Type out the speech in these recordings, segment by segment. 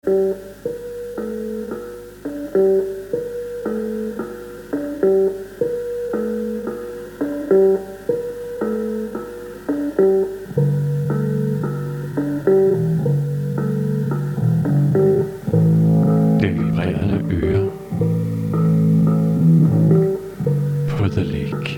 Det vibrerende øre på The Lake.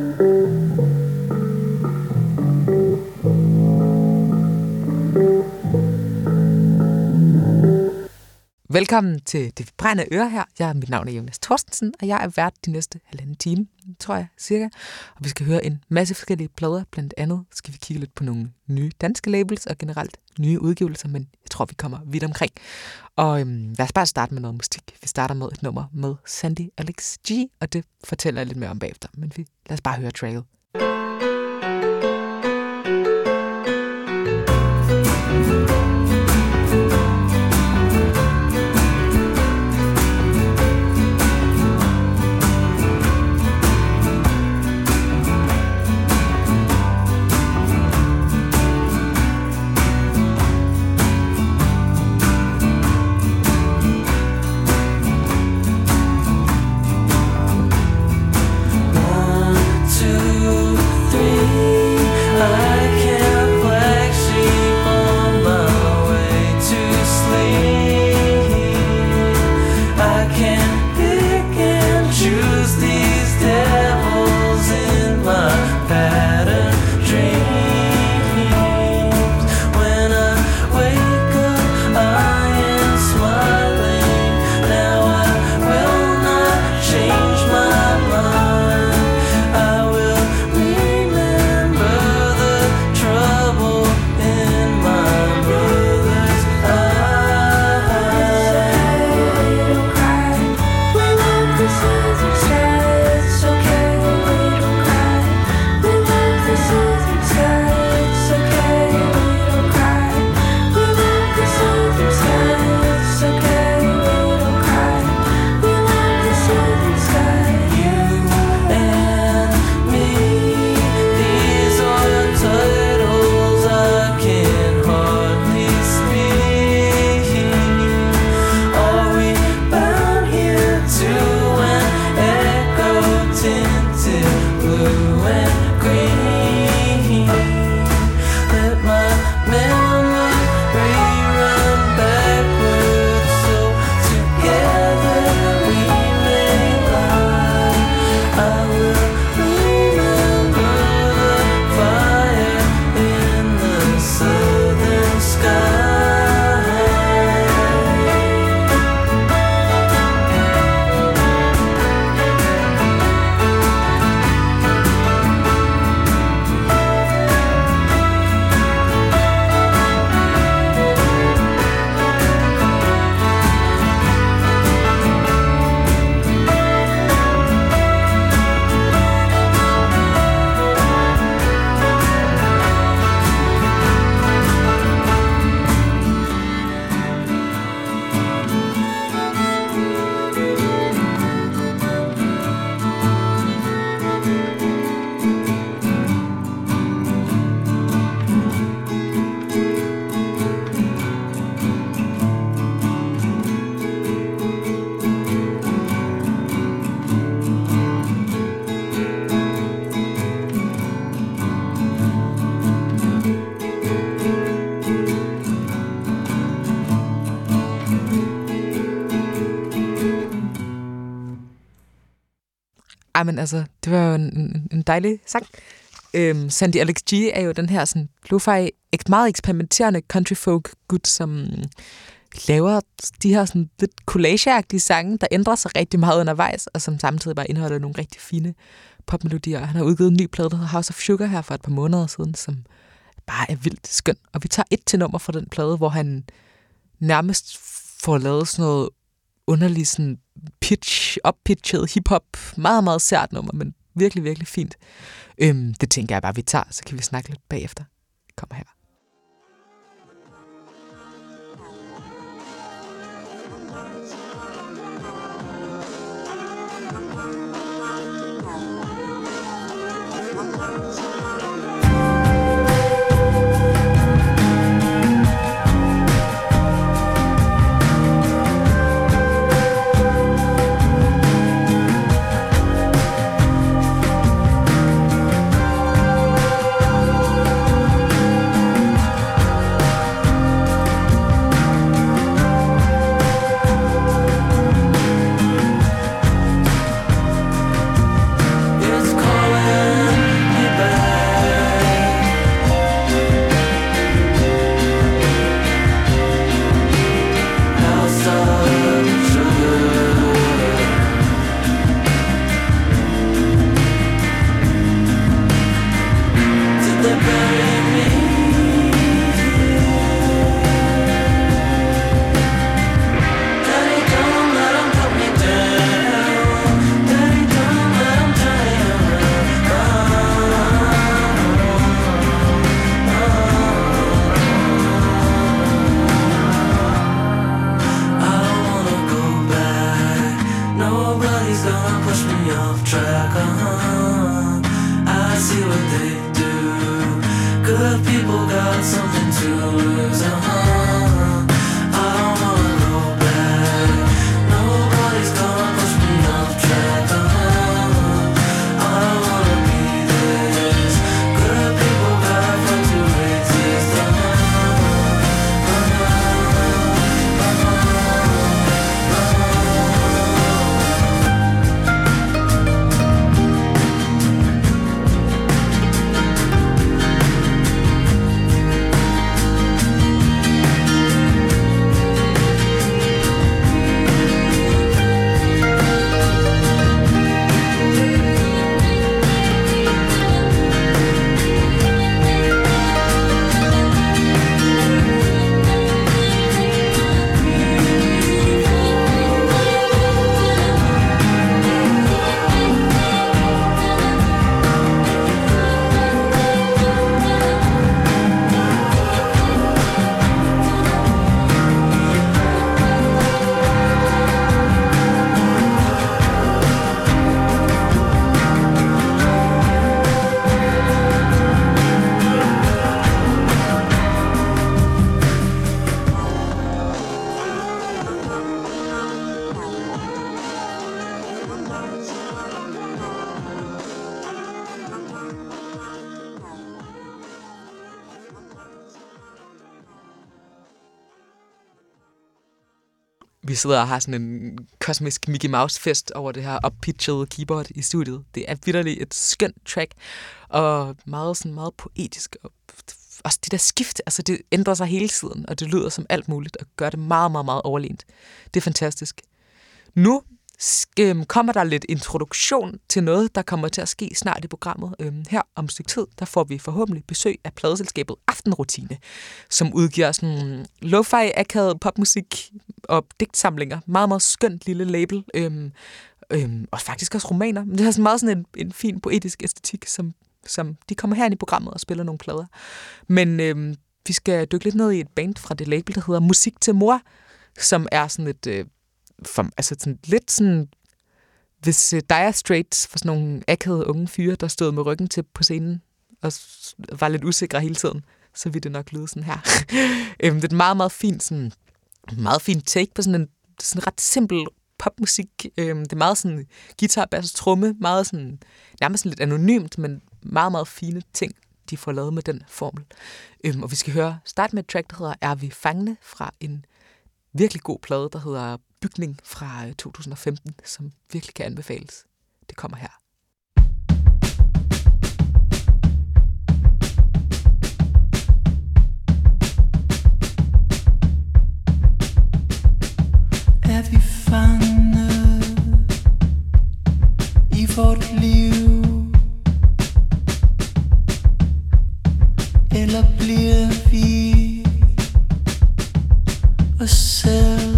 Velkommen til Det Vibrerende Øre her. Mit navn er Jonas Thorstensen, og jeg er vært de næste halvanden time, tror jeg, cirka. Og vi skal høre en masse forskellige plader. Blandt andet skal vi kigge lidt på nogle nye danske labels og generelt nye udgivelser, men jeg tror, vi kommer vidt omkring. Og lad os bare starte med noget musik. Vi starter med et nummer med Sandy Alex G, og det fortæller jeg lidt mere om bagefter. Men lad os bare høre Trail. Men altså, det var jo en dejlig sang. Sandy Alex G er jo den her sådan lo-fi, meget eksperimenterende country folk gut, som laver de her sådan lidt collage-agtige sange, der ændrer sig rigtig meget undervejs, og som samtidig bare indeholder nogle rigtig fine popmelodier. Han har udgivet en ny plade, der hedder House of Sugar her for et par måneder siden, som bare er vildt skøn. Og vi tager 1 nummer fra den plade, hvor han nærmest får lavet sådan noget underlig sådan up-pitchet hip-hop, meget, meget sært nummer, men virkelig, virkelig fint. Det tænker jeg bare, vi tager, så kan vi snakke lidt bagefter. Kom her. Vi sidder og har sådan en kosmisk Mickey Mouse-fest over det her up-pitchede keyboard i studiet. Det er vitterligt et skønt track, og meget poetisk. Og også de der skift, altså det ændrer sig hele tiden, og det lyder som alt muligt, og gør det meget, meget, meget overlegent. Det er fantastisk. Nu kommer der lidt introduktion til noget, der kommer til at ske snart i programmet. Her om et stykke tid, der får vi forhåbentlig besøg af pladeselskabet Aftenrutine, som udgiver sådan lo-fi, akavet popmusik og digtsamlinger. Meget, meget skønt lille label. Og faktisk også romaner. Men det har sådan meget sådan en fin poetisk æstetik, som de kommer herind i programmet og spiller nogle plader. Men vi skal dykke lidt ned i et band fra det label, der hedder Musik til Mor, som er sådan et... altså sådan lidt sådan, hvis Dire Straits for sådan nogle akavede unge fyre, der stod med ryggen til på scenen og var lidt usikre hele tiden, så ville det nok lyde sådan her. Det er et meget, meget fint take på sådan en ret simpel popmusik. Det er meget sådan guitar, bass og tromme, meget sådan, nærmest sådan lidt anonymt, men meget, meget fine ting, de får lavet med den formel. Og vi skal starte med et track, der hedder Er vi fangne, fra en virkelig god plade, der hedder Bygning fra 2015, som virkelig kan anbefales. Det kommer her. Er vi fanget i vort liv, eller bliver vi os selv?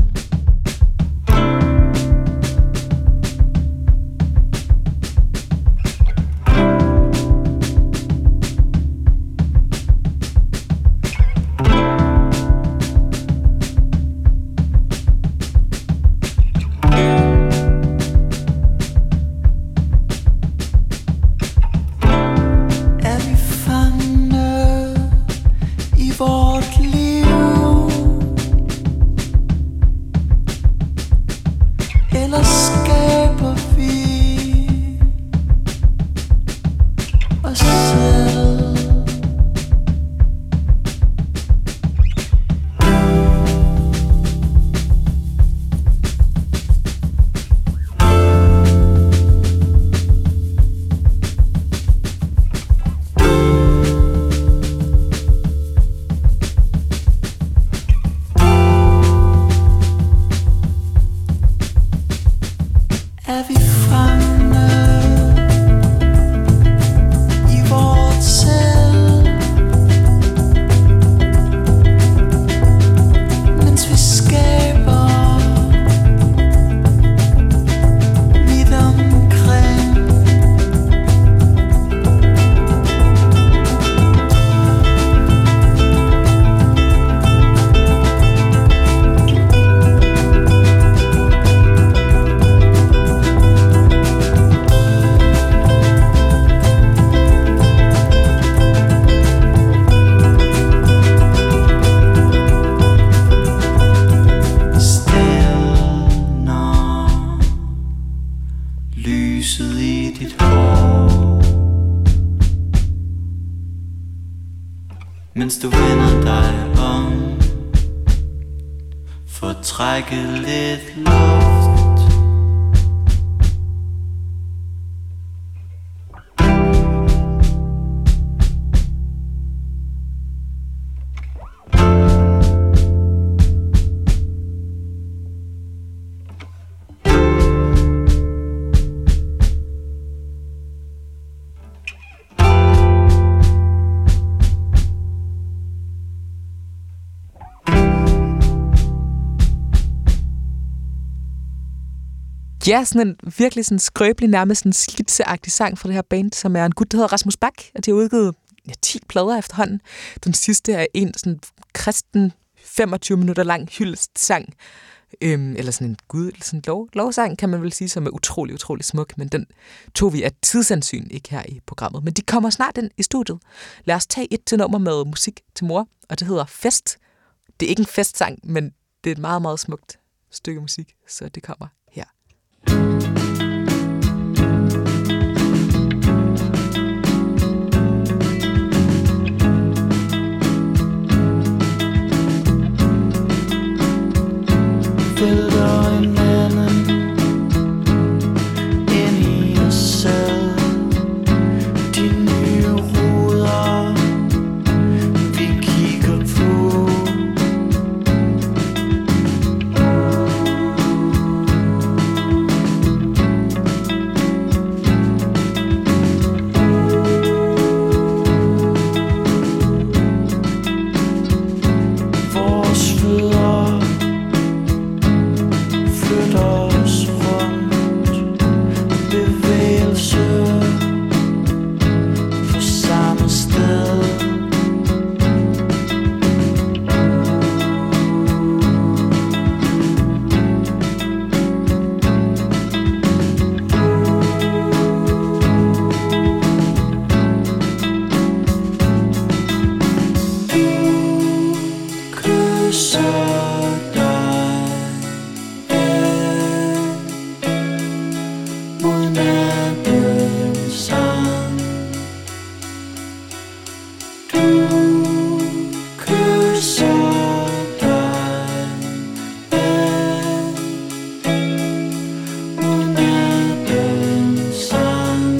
Mens du vender dig om for at trække lidt luft. Ja, sådan en virkelig sådan skrøbelig, nærmest en skitseagtig sang fra det her band, som er en gut, der hedder Rasmus Bak, og de har udgivet 10 plader efterhånden. Den sidste er en sådan kristen 25 minutter lang hyldestsang, eller sådan en lovsang, kan man vel sige, som er utrolig, utrolig smuk, men den tog vi af tidsansyn ikke her i programmet. Men de kommer snart ind i studiet. Lad os tage et til nummer med Musik til Mor, og det hedder Fest. Det er ikke en festsang, men det er et meget, meget smukt stykke musik, så det kommer her. vælter en anden ind i os selv. De nye ruder vi kigger på. Vores fødder flytter os rundt. Bevægelse på samme sted. Kysser dig mod nattens sang. Du kysser dig mod nattens sang.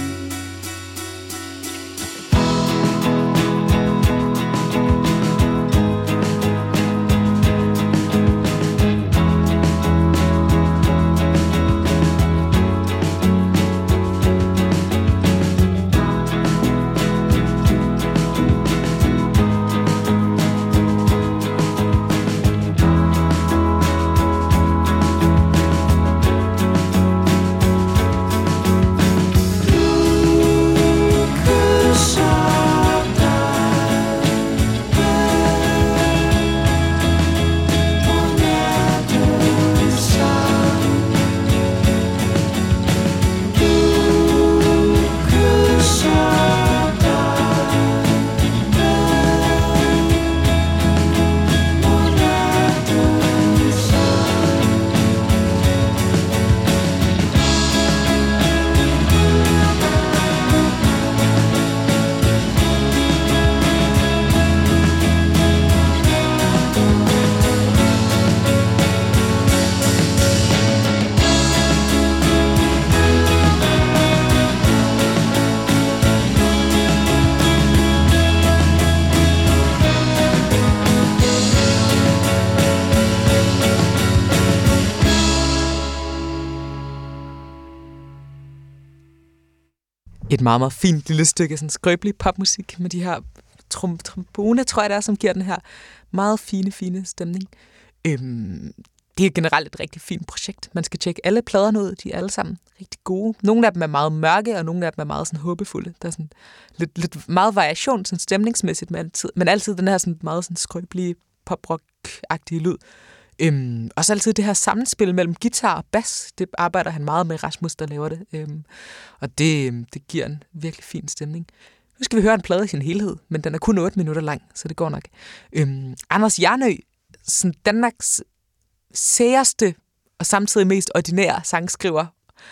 Et meget, meget fint lille stykke sådan skrøbelig popmusik med de her trombone, tror jeg det er, som giver den her meget fine stemning. Det er generelt et rigtig fint projekt. Man skal tjekke alle pladerne ud. De er alle sammen rigtig gode. Nogle af dem er meget mørke, og nogle af dem er meget sådan håbefulde. Der er sådan lidt meget variation sådan stemningsmæssigt, men altid den her sådan meget sådan skrøbelige pop-rock-agtige lyd. Og så altid det her sammenspil mellem guitar og bas. Det arbejder han meget med, Rasmus, der laver det. Og det giver en virkelig fin stemning. Nu skal vi høre en plade i sin helhed, men den er kun 8 minutter lang, så det går nok. Anders Hjarnø, sådan Danmarks særeste og samtidig mest ordinære sangskriver,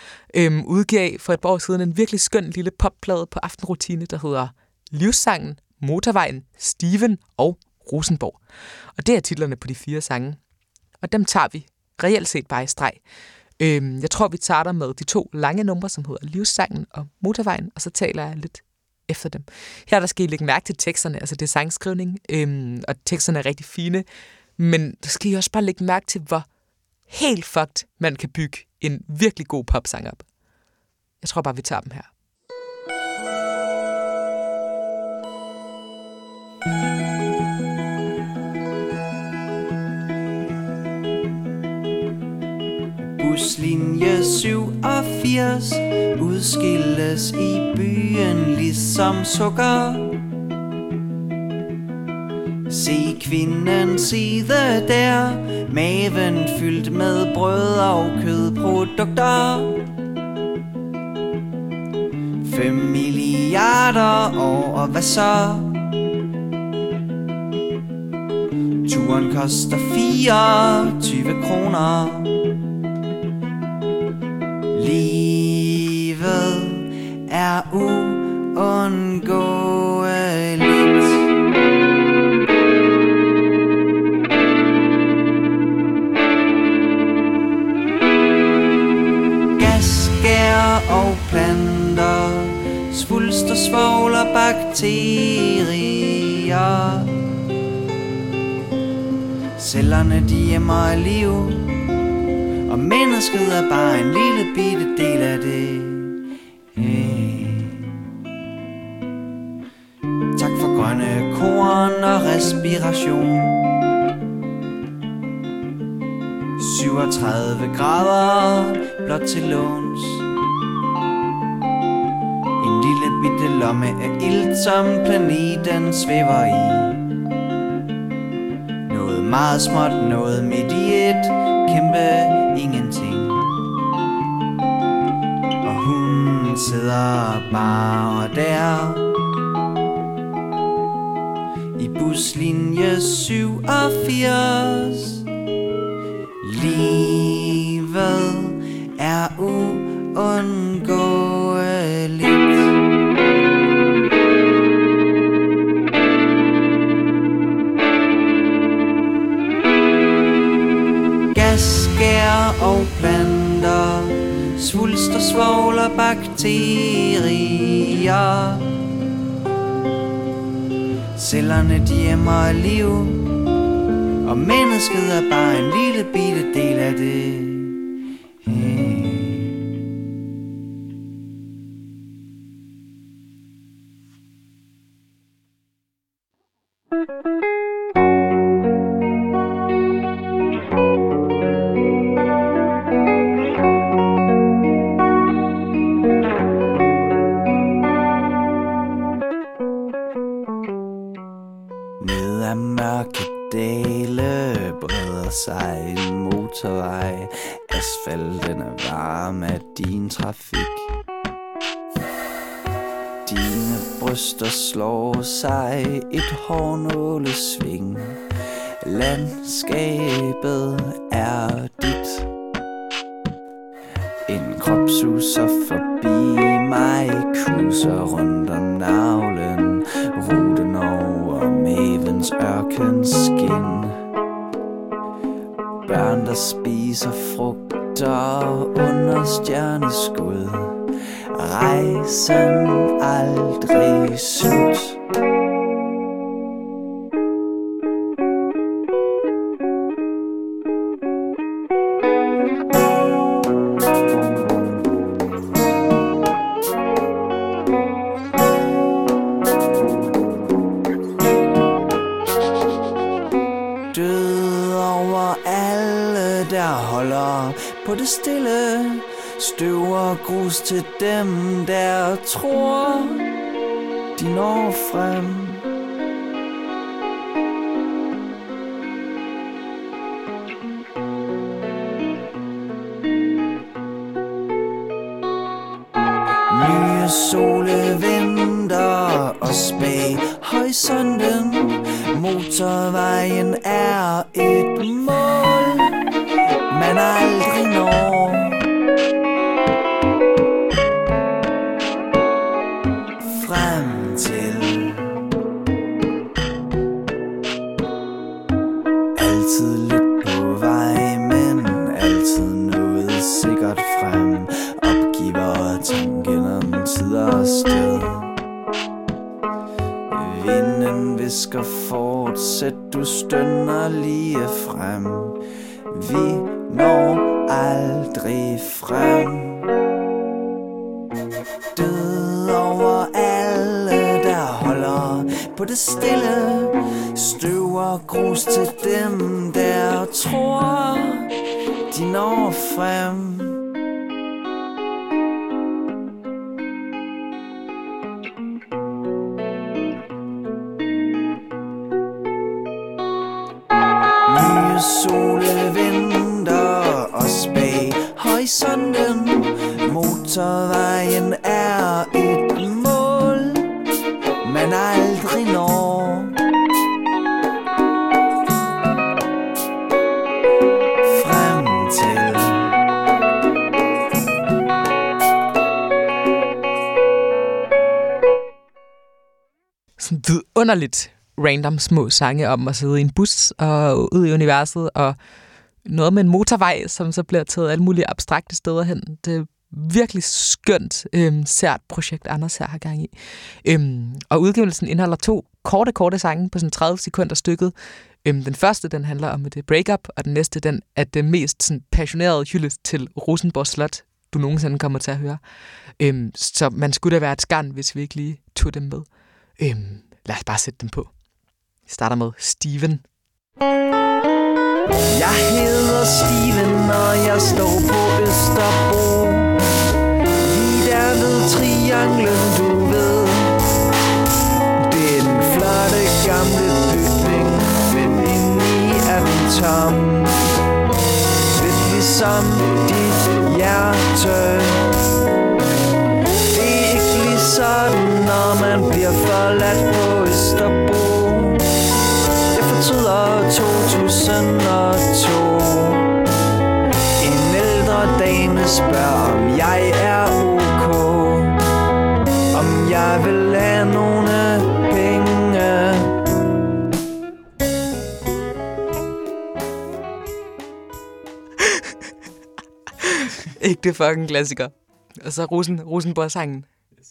udgav for et par år siden en virkelig skøn lille popplade på Aftenrutine, der hedder Livssangen, Motorvejen, Steven og Rosenborg. Og det er titlerne på de 4 sange. Og dem tager vi reelt set bare i streg. Jeg tror, vi tager der med de 2 lange numre, som hedder Livssangen og Motorvejen, og så taler jeg lidt efter dem. Her der skal I lægge mærke til teksterne, altså det er sangskrivning, og teksterne er rigtig fine, men der skal I også bare lægge mærke til, hvor helt fucked man kan bygge en virkelig god popsang op. Jeg tror bare, vi tager dem her. Buslinje 87 udskilles i byen ligesom sukker. Se kvinden sidde der, maven fyldt med brød og kødprodukter. 5 milliarder år, og hvad så? Turen koster 24 kroner. Livet er uundgåeligt. og planter, svulst og svovl og bakterier. Cellerne de gemmer liv, og mennesket er bare en lille bitte del af det. Tak for grønne korn og respiration. 37 grader blot til låns. En lille bitte lomme af ilt, som planeten svæver i. Noget meget småt, noget midt i et kæmpe ingenting. Og hun sidder bare der i buslinje 87. Livet er uundgåeligt. Gasskær og planter, svulst og svovl og bakterier. Cellerne de gemmer liv, og mennesket er bare en lille bitte del af det. Ned ad mørke dale breder sig en motorvej. Asfalten er varm af din trafik. Dine bryster slår sig et hårnålesving. Landskabet er dit. En krop suser forbi mig, cruiser rundt om navlen, ruten over mavens ørkenskin. Børn der spiser frugter under stjerneskud. Rejsen aldrig slut. På det stille, støv og grus til dem, der tror, de når frem. Nye sole venter os bag horisonten. Motorvejen er et mål, man aldrig når. Frem til. Altid lidt på vej, men altid noget sikkert frem. Opgiver tanken om tid og sted. Vinden visker fortsæt, du stønner lige frem. Vi når aldrig frem. Død over alle, der holder på det stille. Støv og grus til dem, der tror, de når frem. Nye sole venter os bag horisonten. Motorvejen er et mål, man aldrig når. Frem til. Sådan vidunderligt random små sange om at sidde i en bus og ud i universet, og noget med en motorvej, som så bliver taget alle mulige abstrakte steder hen. Det er virkelig skønt, sært projekt, Anders her har gang i. Og udgivelsen indeholder 2 korte sange på sådan 30 sekunder stykket. Den første, den handler om et breakup, og den næste, den er det mest sådan, passionerede hyldest til Rosenborg Slot, du nogensinde kommer til at høre. Så man skulle da være et skarn, hvis vi ikke lige tog dem med. Lad os bare sætte dem på. Vi starter med Steven. Jeg hedder Steven, og jeg står på Østerbro. Lige der ved trianglen, du ved. Det er den flotte gamle bygning, men indeni er den tom. Lidt ligesom dit hjerte. Det er ikke lige sådan, når man bliver forladt på Østerbro. Jeg fortryder 2002. En ældre dame spørger, om jeg er ok, om jeg vil have nogle penge. Ikke det fucking klassiker. Og så Rosenborg-sangen.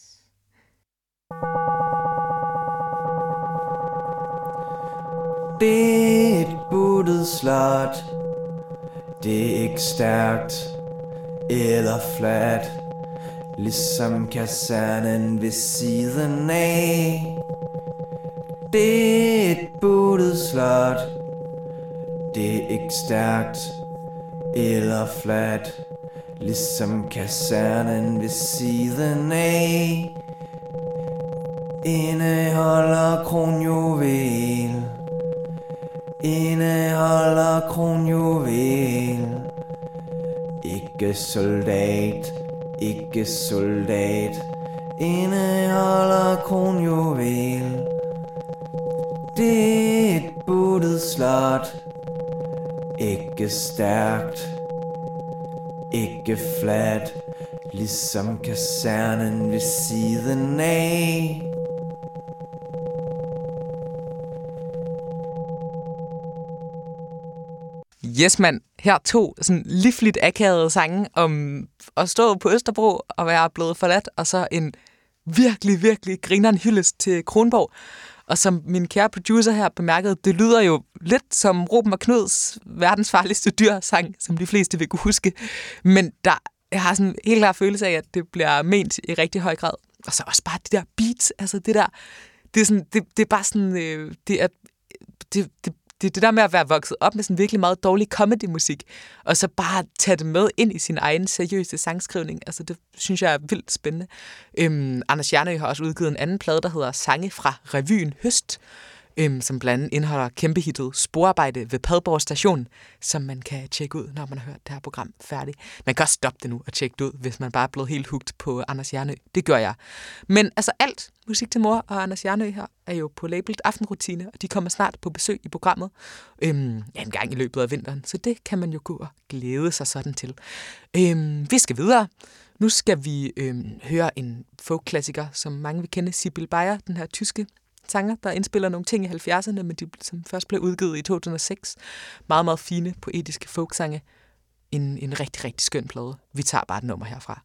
Det er et buttet slot. Det er ikke stærkt eller fladt, ligesom kasernen ved siden af. Det er et buttet slot. Det er ikke stærkt eller fladt, ligesom kasernen ved siden af. Indeholder kronjuvel. Indeholder kronjuvel. Ikke soldat, ikke soldat. Indeholder kronjuvel. Det er et buttet slot. Ikke stærkt, ikke fladt, ligesom kasernen ved siden af. Yes, mand. Her 2 sådan livligt akavede sange om at stå på Østerbro og være blevet forladt, og så en virkelig, virkelig grineren hyldest til Kronborg. Og som min kære producer her bemærkede, det lyder jo lidt som Ruben og Knuds verdens farligste dyr-sang, som de fleste vil kunne huske. Men jeg har sådan en helt klar følelse af, at det bliver ment i rigtig høj grad. Og så også bare de der beats, altså det er sådan, det er bare sådan, det der med at være vokset op med sådan virkelig meget dårlig comedy-musik, og så bare tage det med ind i sin egen seriøse sangskrivning. Altså det synes jeg er vildt spændende. Anders Jernø har også udgivet en anden plade, der hedder Sange fra Revyen Høst, som blandt andet indeholder kæmpehittet Sporarbejde ved Padborg Station, som man kan tjekke ud, når man har hørt det her program færdigt. Man kan også stoppe det nu og tjekke det ud, hvis man bare er blevet helt hooked på Anders Jernø. Det gør jeg. Men altså alt Musik til Mor og Anders Jernø her er jo på labelet Aftenrutine, og de kommer snart på besøg i programmet en gang i løbet af vinteren. Så det kan man jo gå og glæde sig sådan til. Vi skal videre. Nu skal vi høre en folkklassiker, som mange vil kende, Sibylle Beyer, den her tyske sanger, der indspiller nogle ting i 70'erne, men de som først blev udgivet i 2006. Meget, meget fine, poetiske folksange. En rigtig, rigtig skøn plade. Vi tager bare et nummer herfra.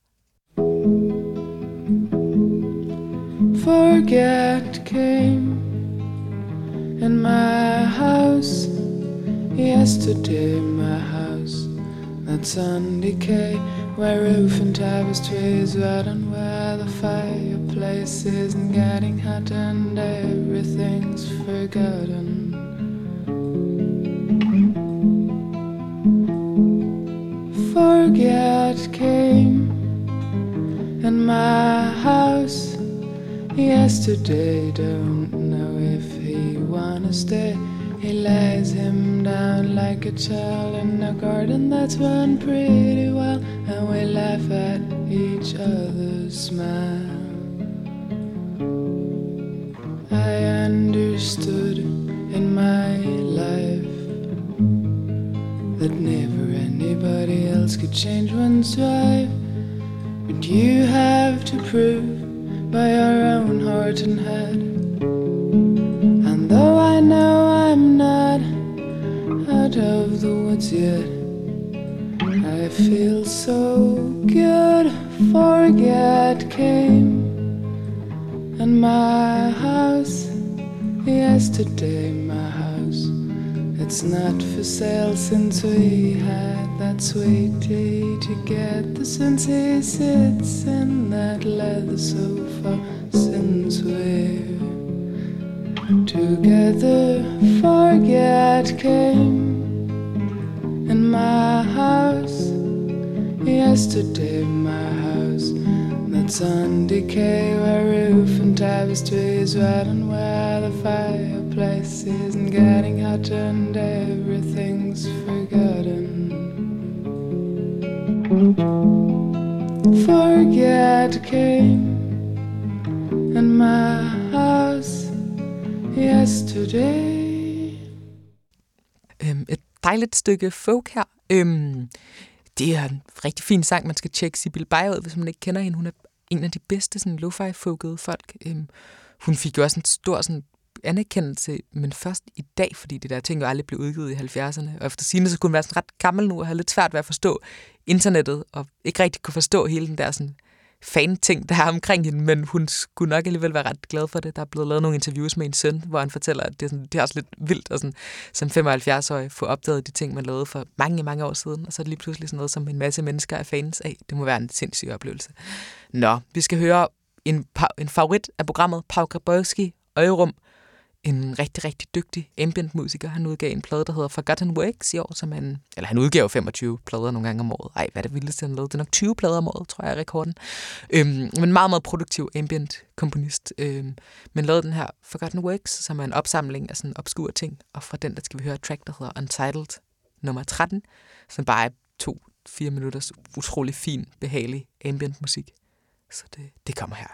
Forget came in my house yesterday, my house that's on decay, where roof and tapestries rot and where the fireplace isn't getting hot and everything's forgotten. Forget came in my house yesterday, don't know if he wanna stay. He lays him down like a child in a garden that's run pretty well, and we laugh at each other's smile. I understood in my life that never anybody else could change one's life, but you have to prove by your own heart and head. And though I know I'm not out of the woods yet, I I feel so good, forget came. And my house, yesterday my house, it's not for sale since we had that sweet tea together. Since he sits in that leather sofa, since we're together, forget came. In my house, yesterday my house, that's on decay, where roof and tapestry is red and where the fireplace isn't getting hot and everything's forgotten. Forget came in my house yesterday. Et dejligt stykke folk her. Det er en rigtig fin sang, man skal tjekke Sibille Beyer ud, hvis man ikke kender hende. Hun er en af de bedste sådan, lo-fi-folkede folk. Hun fik jo også en stor sådan, anerkendelse, men først i dag, fordi det der ting jo aldrig blev udgivet i 70'erne. Og efter sigende, så kunne hun være sådan ret gammel nu og have lidt svært ved at forstå internettet, og ikke rigtig kunne forstå hele den der sådan, fan-ting, der er omkring hende, men hun skulle nok alligevel være ret glad for det. Der er blevet lavet nogle interviews med en søn, hvor han fortæller, at det er også lidt vildt at sådan, som 75-årig få opdaget de ting, man lavede for mange, mange år siden, og så er det lige pludselig sådan noget, som en masse mennesker er fans af. Det må være en sindssyg oplevelse. Nå, vi skal høre en favorit af programmet, Pau Grabowski, Øjerum, en rigtig, rigtig dygtig ambient-musiker. Han udgav en plade, der hedder Forgotten Works i år, som han udgav 25 plader nogle gange om året. Ej, hvad er det vildeste, han lavede? Det er nok 20 plader om året, tror jeg er rekorden. Men meget, meget produktiv ambient-komponist. Men lavede den her Forgotten Works, som er en opsamling af sådan obskure ting. Og fra den, der skal vi høre et track, der hedder Untitled nummer 13, som bare er 2-4 minutters utrolig fin, behagelig ambient-musik. Så det kommer her.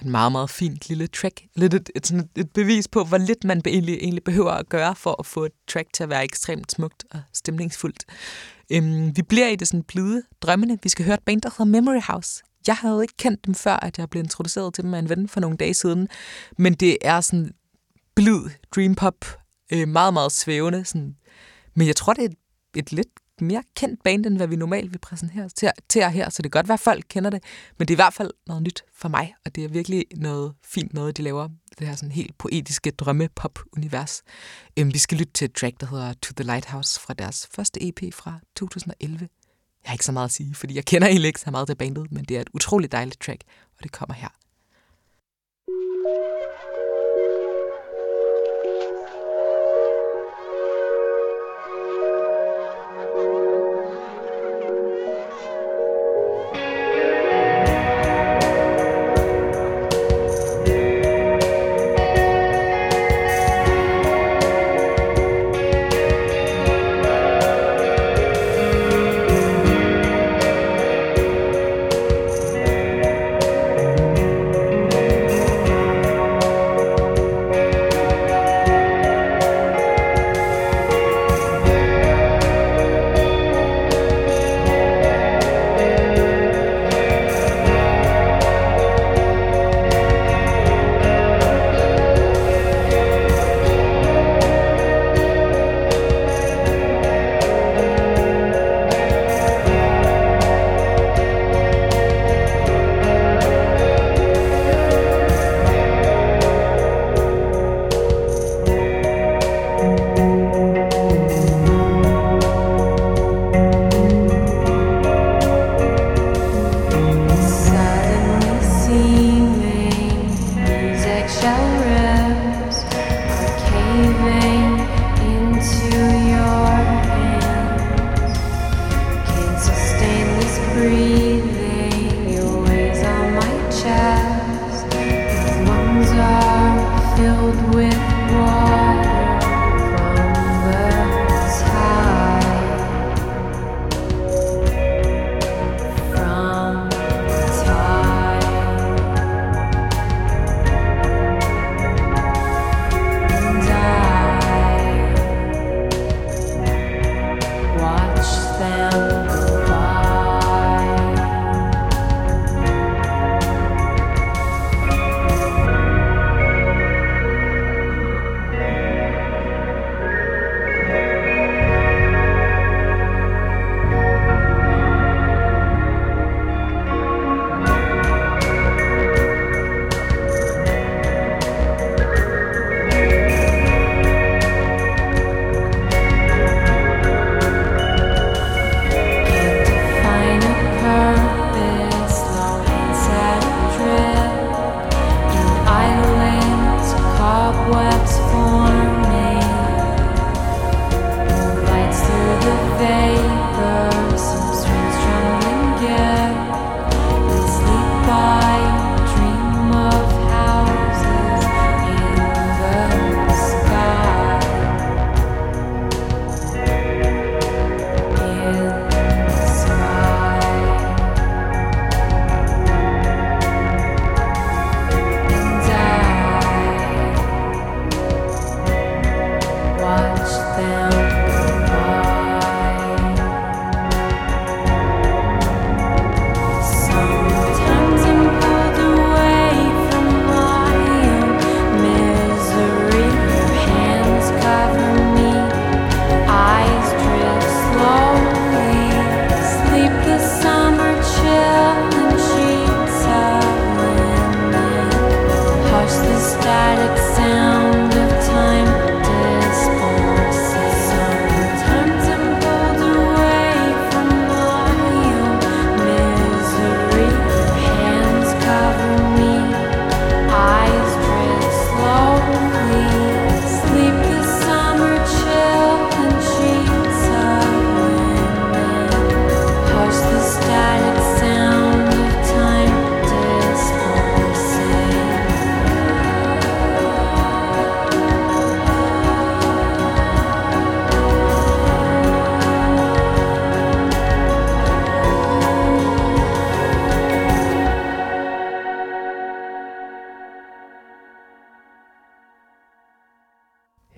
en meget, meget fint lille track. Lidt et bevis på, hvor lidt man egentlig behøver at gøre for at få et track til at være ekstremt smukt og stemningsfuldt. Vi bliver i det sådan blide drømmende. Vi skal høre et band, der hedder Memory House. Jeg havde ikke kendt dem før, at jeg blev introduceret til dem af en ven for nogle dage siden. Men det er sådan blid dream pop, meget, meget svævende. Sådan. Men jeg tror, det er et lidt mere kendt band, end hvad vi normalt vil præsentere til her. Så det kan godt være, at folk kender det. Men det er i hvert fald noget nyt for mig. Og det er virkelig noget fint noget, de laver. Det her sådan helt poetiske drømme-pop-univers. Vi skal lytte til et track, der hedder To the Lighthouse fra deres første EP fra 2011. Jeg har ikke så meget at sige, fordi jeg kender egentlig ikke så meget til bandet, men det er et utroligt dejligt track, og det kommer her.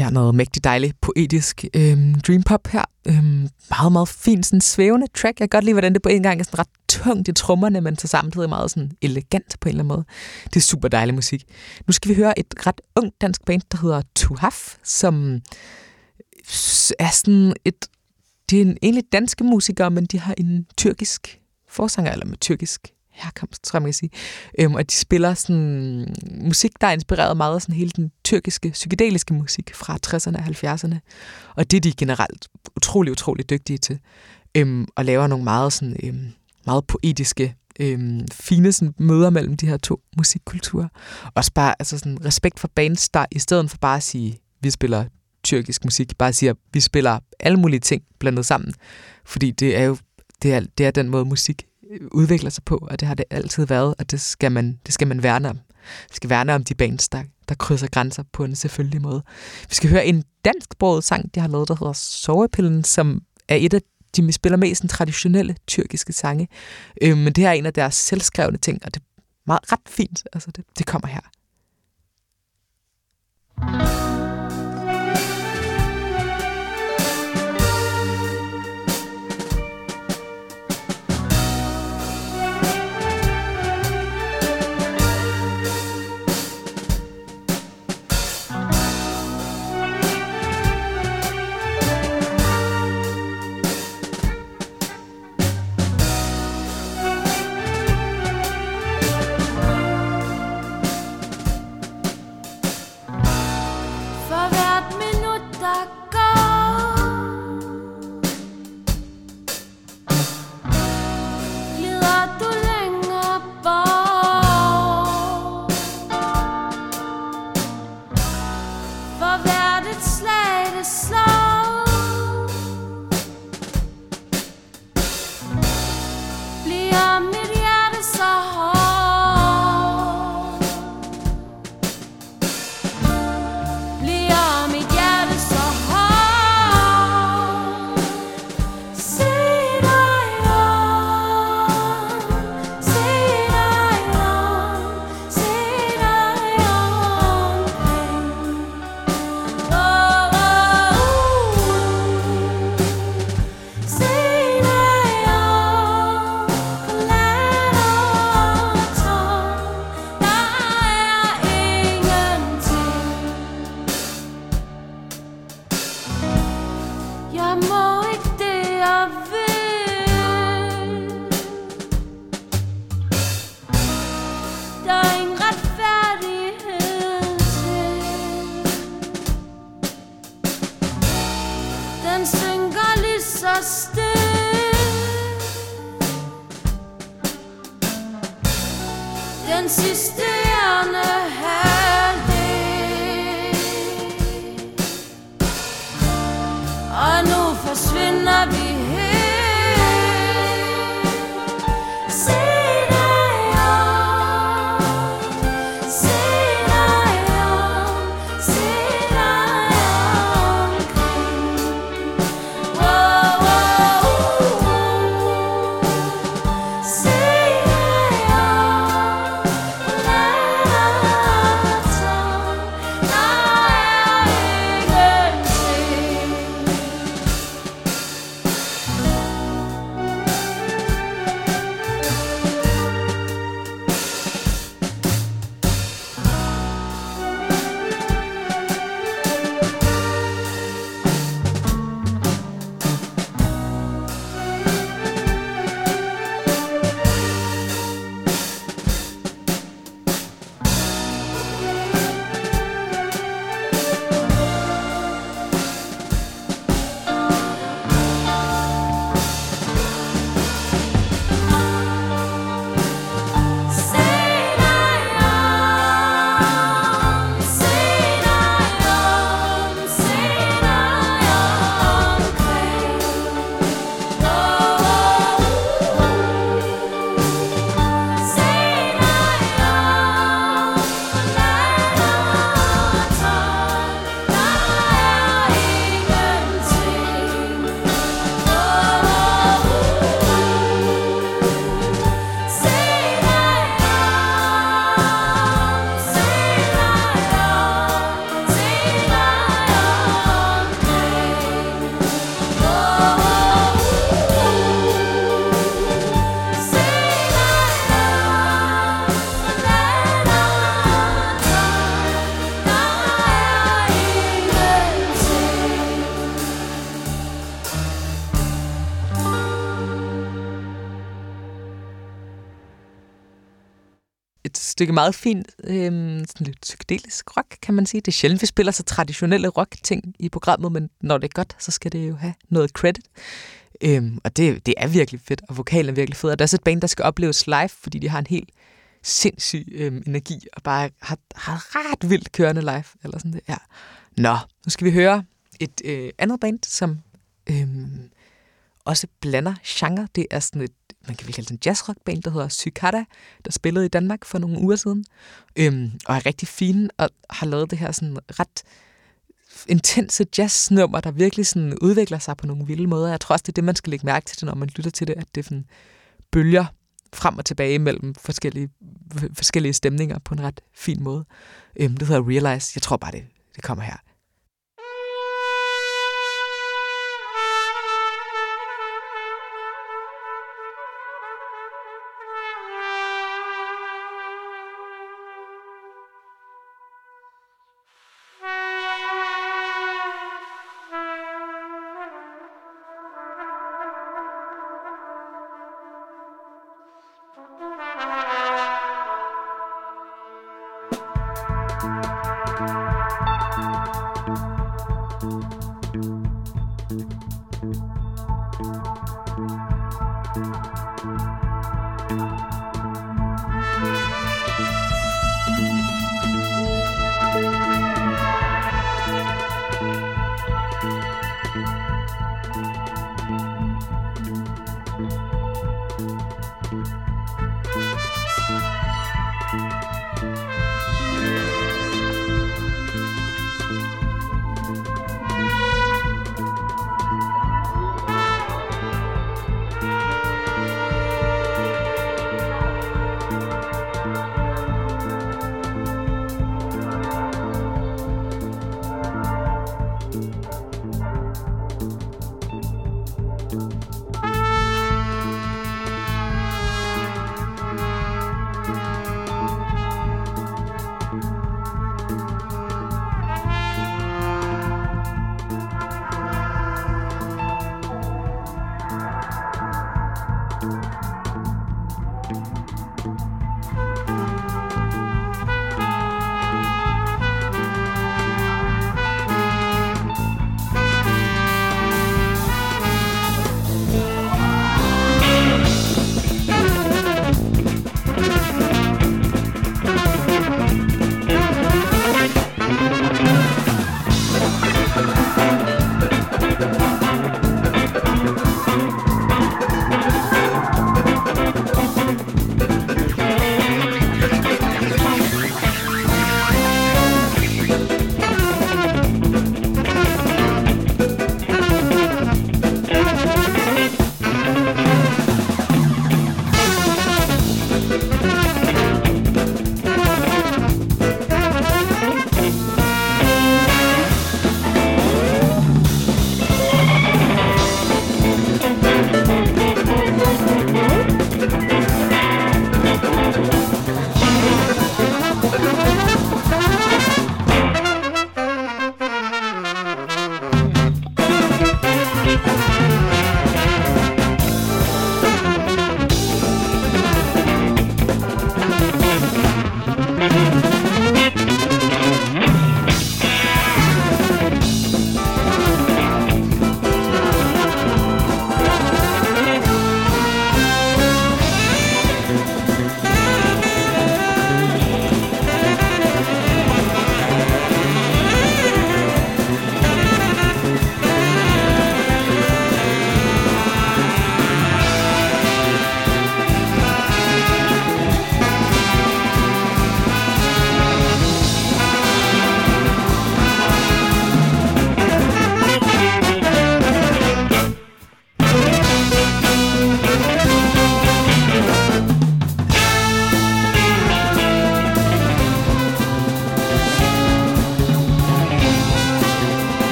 Her noget mægtig dejligt poetisk dream pop her. Meget, meget fint, sådan svævende track. Jeg kan godt lide, hvordan det på en gang er sådan ret tungt i trommerne, men så samtidig meget sådan elegant på en eller anden måde. Det er super dejlig musik. Nu skal vi høre et ret ungt dansk band, der hedder To Have, som er sådan det er egentlig danske musikere, men de har en tyrkisk forsanger, eller med tyrkisk herkomst, tror jeg, man kan sige. Og de spiller sådan musik, der er inspireret meget af sådan hele den tyrkiske, psykedeliske musik fra 60'erne og 70'erne. Og det er de generelt utrolig, utrolig dygtige til. Og laver nogle meget, sådan, meget poetiske, fine sådan, møder mellem de her to musikkulturer. Også bare altså sådan, respekt for bands, der i stedet for bare at sige, vi spiller tyrkisk musik, bare siger, vi spiller alle mulige ting blandet sammen. Fordi det er jo det er den måde, musik udvikler sig på, og det har det altid været, og det skal man værne om. Vi skal værne om de bands, der krydser grænser på en selvfølgelig måde. Vi skal høre en dansksproget sang, de har lavet, der hedder Sovepillen, som er et af de spiller mest traditionelle tyrkiske sange. Men det her er en af deres selvskrevne ting, og det er meget ret fint. Altså det kommer her. Say stykke meget fint, sådan lidt psykedelisk rock, kan man sige. Det er sjældent, vi spiller så traditionelle rock-ting i programmet, men når det er godt, så skal det jo have noget credit. Og det er virkelig fedt, og vokalen er virkelig fed. Og der er også et band, der skal opleves live, fordi de har en helt sindssyg energi, og bare har ret vildt kørende live. Eller sådan det. Ja. Nå, nu skal vi høre et andet band, som også blander genre. Det er sådan et, man kan vel kalde det en jazzrockband, der hedder Cicada, der spillede i Danmark for nogle uger siden, og er rigtig fine, og har lavet det her sådan ret intense jazznummer, der virkelig sådan udvikler sig på nogle vilde måder. Jeg tror også, det er det, man skal lægge mærke til, når man lytter til det, at det sådan bølger frem og tilbage mellem forskellige stemninger på en ret fin måde. Det hedder Realize. Jeg tror bare, det kommer her.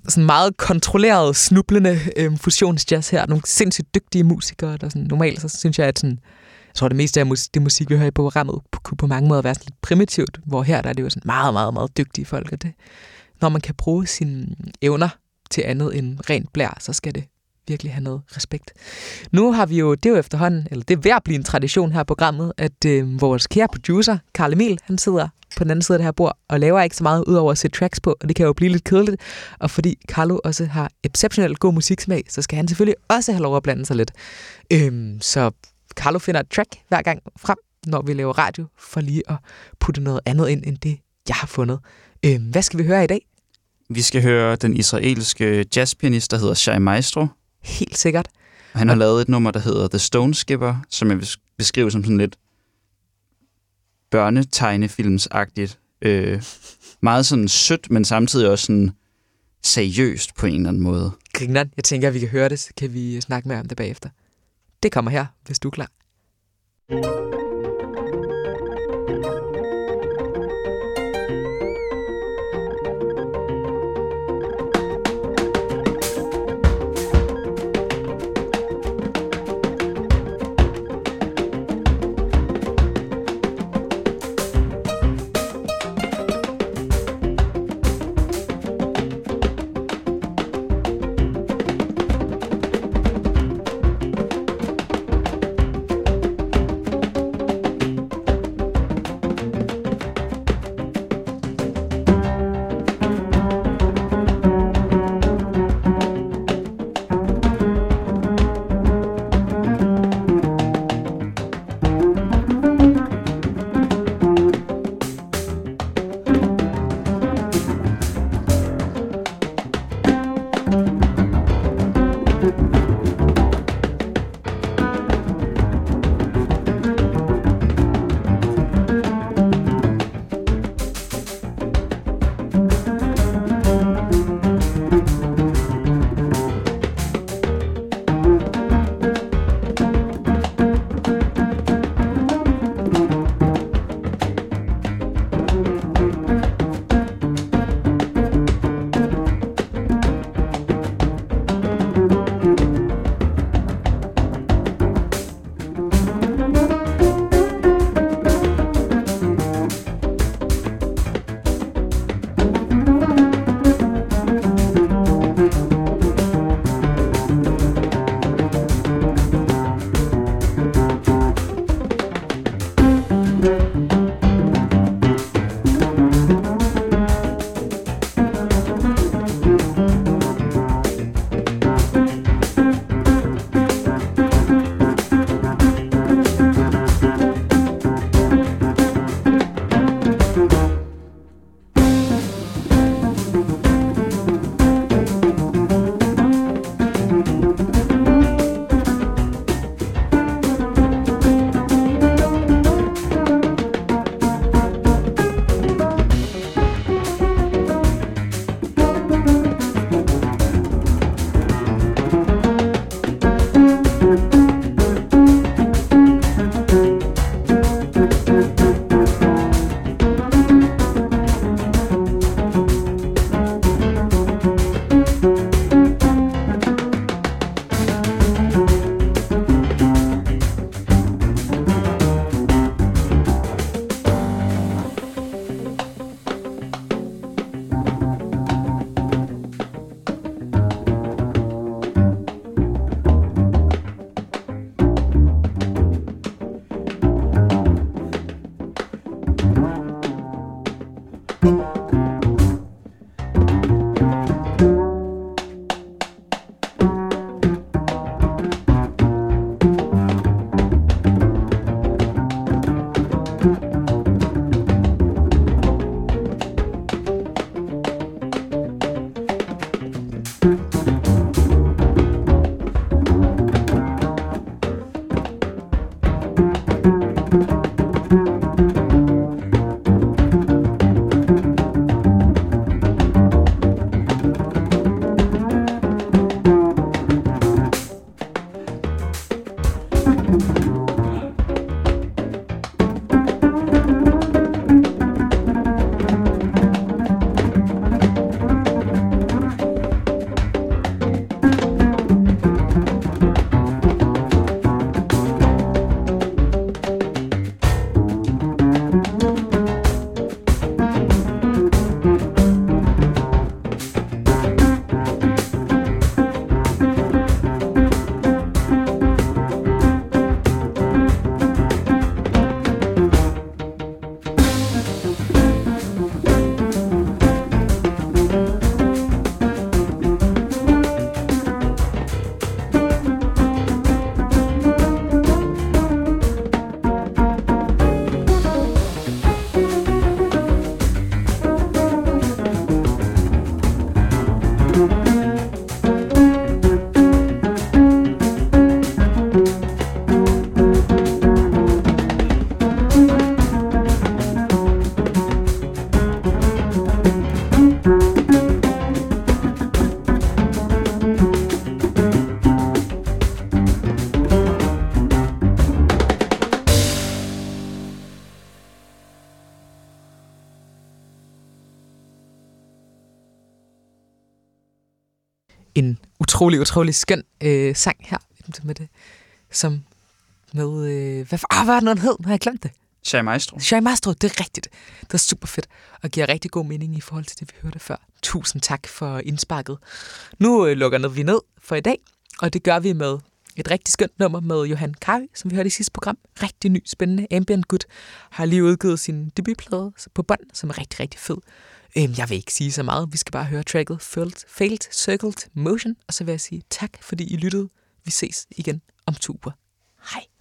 sådan meget kontrolleret, snublende fusionsjazz her. Nogle sindssygt dygtige musikere, der sådan, normalt så synes jeg, at sådan, jeg tror, det meste af det musik, vi hører i programmet, kunne på mange måder være sådan lidt primitivt, hvor her der er det jo sådan meget, meget, meget dygtige folk. Og det, når man kan bruge sine evner til andet end rent blær, så skal det virkelig have noget respekt. Nu har vi jo, det er jo efterhånden, eller det er ved at blive en tradition her i programmet, at vores kære producer, Carl Emil, han sidder på den anden side af det her bord, og laver ikke så meget ud over at sætte tracks på, og det kan jo blive lidt kedeligt. Og fordi Carlo også har exceptionelt god musiksmag, så skal han selvfølgelig også have lov at blande sig lidt. Så Carlo finder et track hver gang frem, når vi laver radio, for lige at putte noget andet ind, end det, jeg har fundet. Hvad skal vi høre i dag? Vi skal høre den israelske jazzpianist, der hedder Shai Maestro. Helt sikkert. Og han har lavet et nummer, der hedder The Stone Skipper, som jeg vil beskrive som sådan lidt børnetegnefilmsagtigt. Meget sådan sødt, men samtidig også sådan seriøst på en eller anden måde. Grineren, jeg tænker, at vi kan høre det, så kan vi snakke mere om det bagefter. Det kommer her, hvis du er klar. en utrolig, utrolig skøn sang her. Med det, som med... hvad var det, den hed? Har jeg glemt det? Shay Maestro. Shay Maestro, det er rigtigt. Det er super fedt, og giver rigtig god mening i forhold til det, vi hørte før. Tusind tak for indsparket. Nu lukker vi ned for i dag, og det gør vi med et rigtig skønt nummer med Johan Kari, som vi hørte i sidste program. Rigtig ny, spændende ambient gut. Har lige udgivet sin debutplade på bånd, som er rigtig, rigtig fed. Jeg vil ikke sige så meget. Vi skal bare høre tracket Failed Circled Motion, og så vil jeg sige tak, fordi I lyttede. Vi ses igen om 2 uger. Hej.